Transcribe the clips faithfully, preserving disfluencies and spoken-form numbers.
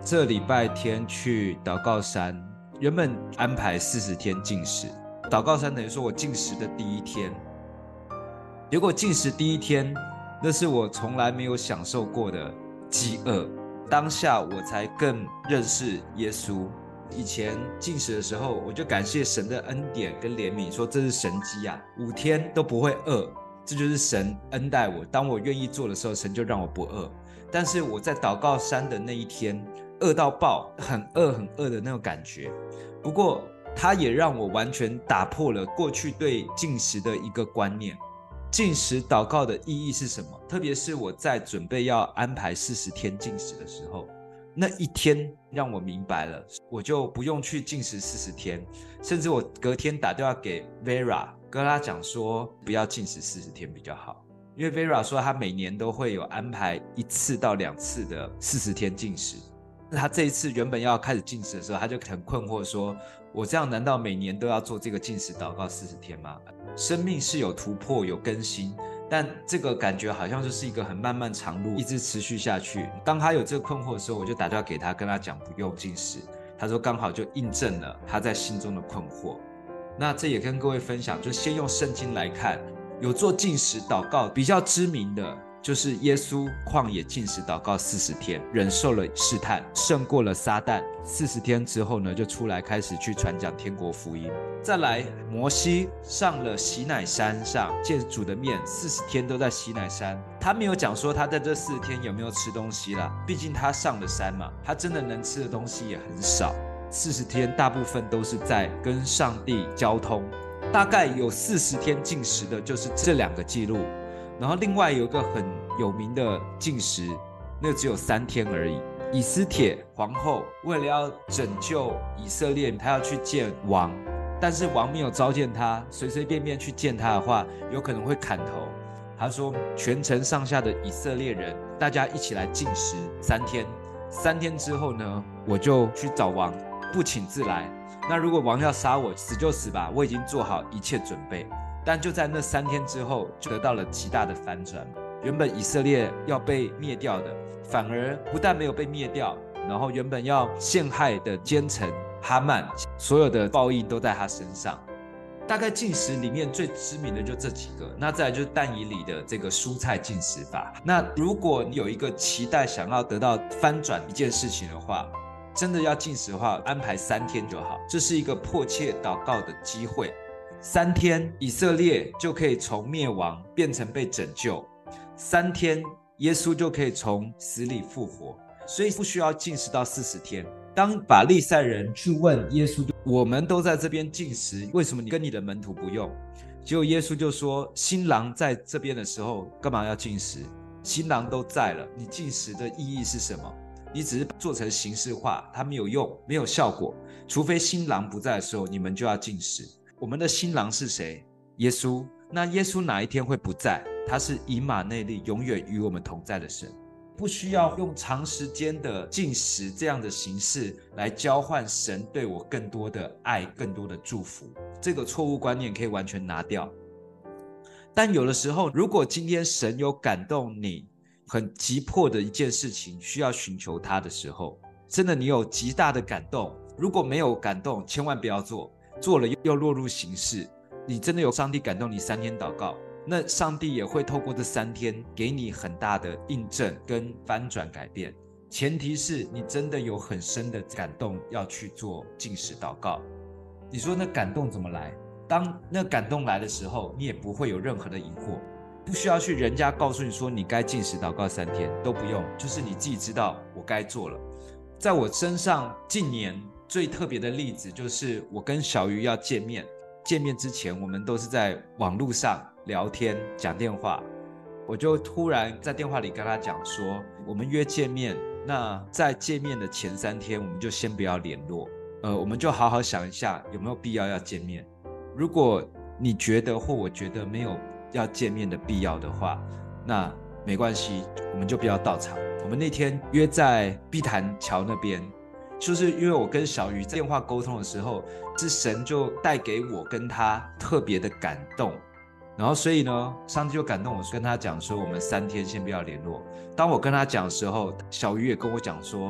这礼拜天去祷告山，原本安排四十天禁食，祷告山等于说我禁食的第一天，结果禁食第一天，那是我从来没有享受过的饥饿，当下我才更认识耶稣。以前禁食的时候，我就感谢神的恩典跟怜悯，说这是神迹啊，五天都不会饿，这就是神恩待我。当我愿意做的时候，神就让我不饿。但是我在祷告山的那一天，饿到爆，很饿很饿的那种感觉。不过它也让我完全打破了过去对禁食的一个观念。禁食祷告的意义是什么？特别是我在准备要安排四十天禁食的时候，那一天让我明白了，我就不用去禁食四十天，甚至我隔天打电话给 Vera， 跟他讲说不要禁食四十天比较好，因为 Vera 说他每年都会有安排一次到两次的四十天禁食。他这一次原本要开始禁食的时候，他就很困惑说，我这样难道每年都要做这个禁食祷告四十天吗？生命是有突破有更新，但这个感觉好像就是一个很漫漫长路，一直持续下去。当他有这个困惑的时候，我就打电话给他，跟他讲不用禁食。他说刚好就印证了他在心中的困惑。那这也跟各位分享，就先用圣经来看，有做禁食祷告比较知名的就是耶稣旷野禁食祷告四十天，忍受了试探，胜过了撒旦。四十天之后呢，就出来开始去传讲天国福音。再来，摩西上了西乃山上见主的面，四十天都在西乃山。他没有讲说他在这四十天有没有吃东西啦，毕竟他上了山嘛，他真的能吃的东西也很少。四十天大部分都是在跟上帝交通，大概有四十天禁食的就是这两个记录。然后另外有一个很有名的禁食，那只有三天而已。以斯帖皇后为了要拯救以色列，她要去见王，但是王没有召见她，随随便便去见她的话，有可能会砍头。她说全城上下的以色列人，大家一起来禁食三天，三天之后呢，我就去找王，不请自来。那如果王要杀我，死就死吧，我已经做好一切准备。但就在那三天之后，就得到了极大的反转。原本以色列要被灭掉的，反而不但没有被灭掉，然后原本要陷害的奸臣哈曼，所有的报应都在他身上。大概禁食里面最知名的就这几个，那再来就是但以理的这个蔬菜禁食法。那如果你有一个期待想要得到翻转一件事情的话，真的要禁食的话，安排三天就好，这是一个迫切祷告的机会。三天以色列就可以从灭亡变成被拯救，三天耶稣就可以从死里复活，所以不需要禁食到四十天。当法利赛人去问耶稣，我们都在这边禁食，为什么你跟你的门徒不用？结果耶稣就说，新郎在这边的时候干嘛要禁食？新郎都在了，你禁食的意义是什么？你只是做成形式化，它没有用，没有效果。除非新郎不在的时候，你们就要禁食。我们的新郎是谁？耶稣。那耶稣哪一天会不在？他是以马内利，永远与我们同在的神。不需要用长时间的禁食这样的形式来交换神对我更多的爱，更多的祝福。这个错误观念可以完全拿掉。但有的时候，如果今天神有感动你很急迫的一件事情，需要寻求他的时候，真的你有极大的感动，如果没有感动，千万不要做，做了又落入形式。你真的有上帝感动你三天祷告，那上帝也会透过这三天给你很大的印证跟翻转改变。前提是你真的有很深的感动要去做禁食祷告。你说那感动怎么来？当那感动来的时候，你也不会有任何的疑惑，不需要去人家告诉你说你该禁食祷告三天，都不用，就是你自己知道我该做了。在我身上近年最特别的例子就是我跟小鱼要见面，见面之前我们都是在网络上聊天讲电话，我就突然在电话里跟他讲说，我们约见面，那在见面的前三天我们就先不要联络，呃，我们就好好想一下有没有必要要见面。如果你觉得或我觉得没有要见面的必要的话，那没关系，我们就不要到场。我们那天约在碧潭桥那边，就是因为我跟小鱼在电话沟通的时候，是神就带给我跟他特别的感动，然后所以呢，上帝就感动我，跟他讲说我们三天先不要联络。当我跟他讲的时候，小鱼也跟我讲说，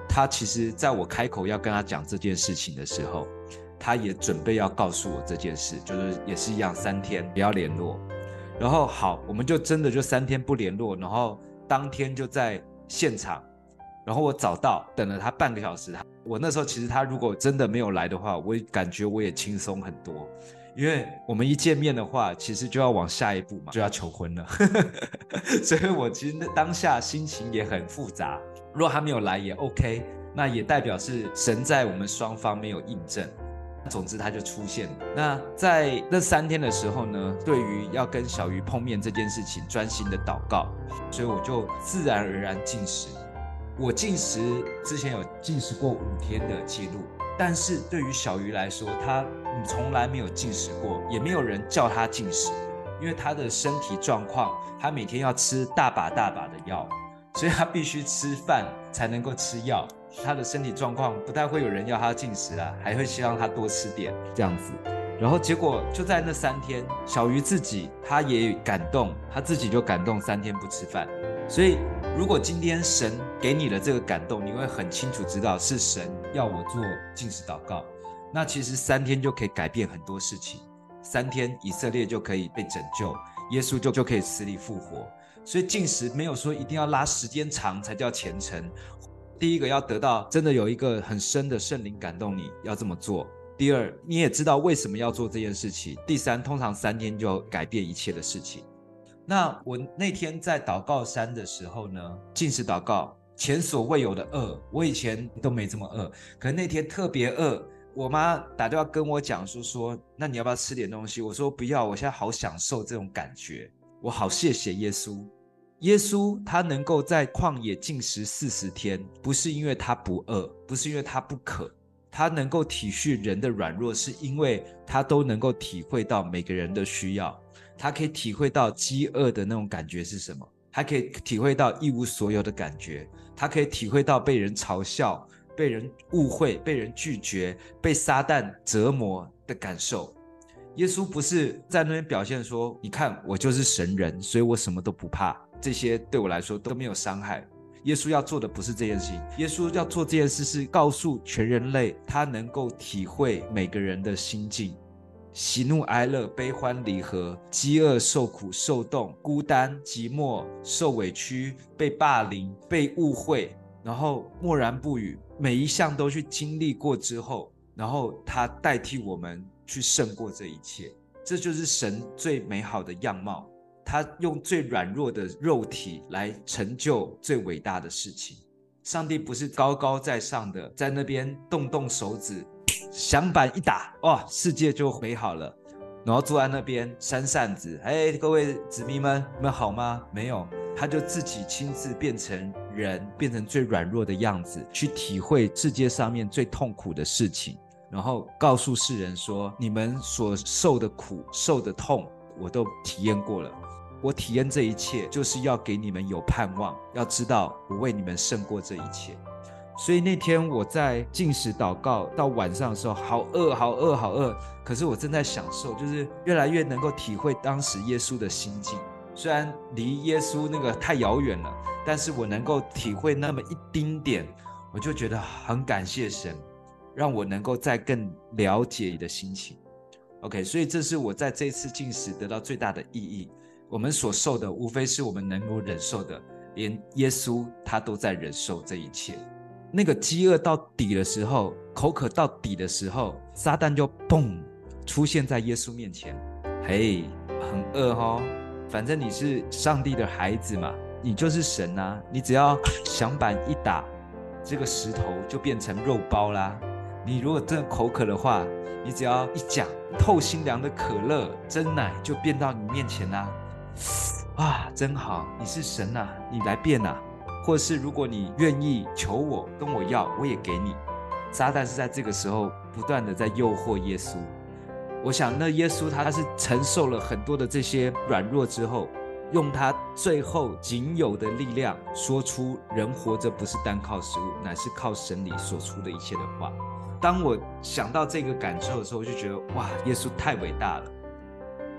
他其实在我开口要跟他讲这件事情的时候，他也准备要告诉我这件事，就是也是一样，三天不要联络。然后好，我们就真的就三天不联络，然后当天就在现场，然后我早到，等了他半个小时。我那时候其实他如果真的没有来的话，我感觉我也轻松很多，因为我们一见面的话，其实就要往下一步嘛，就要求婚了。所以我其实当下心情也很复杂。如果他没有来也 OK， 那也代表是神在我们双方没有印证。总之他就出现了。那在那三天的时候呢，对于要跟小鱼碰面这件事情专心的祷告，所以我就自然而然禁食。我禁食之前有禁食过五天的记录，但是对于小鱼来说，他从来没有禁食过，也没有人叫他禁食，因为他的身体状况，他每天要吃大把大把的药，所以他必须吃饭才能够吃药。他的身体状况不太会有人要他禁食啦，还会希望他多吃点这样子。然后结果就在那三天，小鱼自己他也感动，他自己就感动三天不吃饭。所以如果今天神给你的这个感动，你会很清楚知道是神要我做禁食祷告，那其实三天就可以改变很多事情。三天以色列就可以被拯救，耶稣就就可以死里复活。所以禁食没有说一定要拉时间长才叫虔诚。第一个要得到真的有一个很深的圣灵感动你要这么做。第二，你也知道为什么要做这件事情。第三，通常三天就改变一切的事情。那我那天在祷告山的时候呢，禁食祷告，前所未有的饿，我以前都没这么饿，可是那天特别饿。我妈打电话跟我讲说说，那你要不要吃点东西？我说不要，我现在好享受这种感觉，我好谢谢耶稣。耶稣他能够在旷野禁食四十天，不是因为他不饿，不是因为他不渴，他能够体恤人的软弱，是因为他都能够体会到每个人的需要。他可以体会到饥饿的那种感觉是什么，他可以体会到一无所有的感觉，他可以体会到被人嘲笑、被人误会、被人拒绝、被撒旦折磨的感受。耶稣不是在那边表现说，你看我就是神人，所以我什么都不怕，这些对我来说都没有伤害。耶稣要做的不是这件事情，耶稣要做这件事是告诉全人类，他能够体会每个人的心境，喜怒哀乐、悲欢离合、饥饿、受苦、受冻、孤单、寂寞、受委屈、被霸凌、被误会，然后默然不语，每一项都去经历过之后，然后他代替我们去胜过这一切。这就是神最美好的样貌，他用最软弱的肉体来成就最伟大的事情。上帝不是高高在上的，在那边动动手指，响板一打，哇，世界就美好了，然后坐在那边扇扇子，哎，各位子民们，你们好吗？没有，他就自己亲自变成人，变成最软弱的样子，去体会世界上面最痛苦的事情，然后告诉世人说，你们所受的苦、受的痛，我都体验过了。我体验这一切，就是要给你们有盼望，要知道我为你们胜过这一切。所以那天我在禁食祷告到晚上的时候，好饿好饿好饿，可是我正在享受，就是越来越能够体会当时耶稣的心境。虽然离耶稣那个太遥远了，但是我能够体会那么一丁点，我就觉得很感谢神，让我能够再更了解你的心情。 OK， 所以这是我在这次禁食得到最大的意义。我们所受的无非是我们能够忍受的，连耶稣他都在忍受这一切。那个饥饿到底的时候，口渴到底的时候，撒旦就嘣出现在耶稣面前。嘿，很饿哦，反正你是上帝的孩子嘛，你就是神啊，你只要响板一打，这个石头就变成肉包啦。你如果真的口渴的话，你只要一讲，透心凉的可乐、真奶就变到你面前啦。啊，真好，你是神啊，你来变啊。或是如果你愿意求我跟我要，我也给你。撒旦是在这个时候不断的在诱惑耶稣。我想那耶稣他是承受了很多的这些软弱之后，用他最后仅有的力量说出人活着不是单靠食物，乃是靠神里所出的一切的话。当我想到这个感受的时候，我就觉得哇，耶稣太伟大了。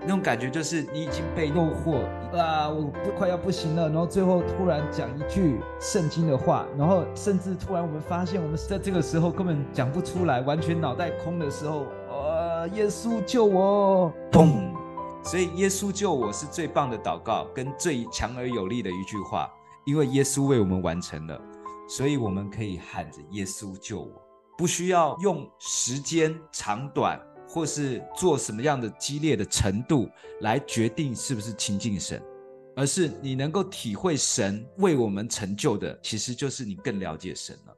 那种感觉就是你已经被诱惑啊，我不快要不行了，然后最后突然讲一句圣经的话，然后甚至突然我们发现我们在这个时候根本讲不出来，完全脑袋空的时候，啊，耶稣救我，砰！ 所以耶稣救我是最棒的祷告，跟最强而有力的一句话，因为耶稣为我们完成了，所以我们可以喊着耶稣救我，不需要用时间长短或是做什么样的激烈的程度来决定是不是亲近神，而是你能够体会神为我们成就的，其实就是你更了解神了。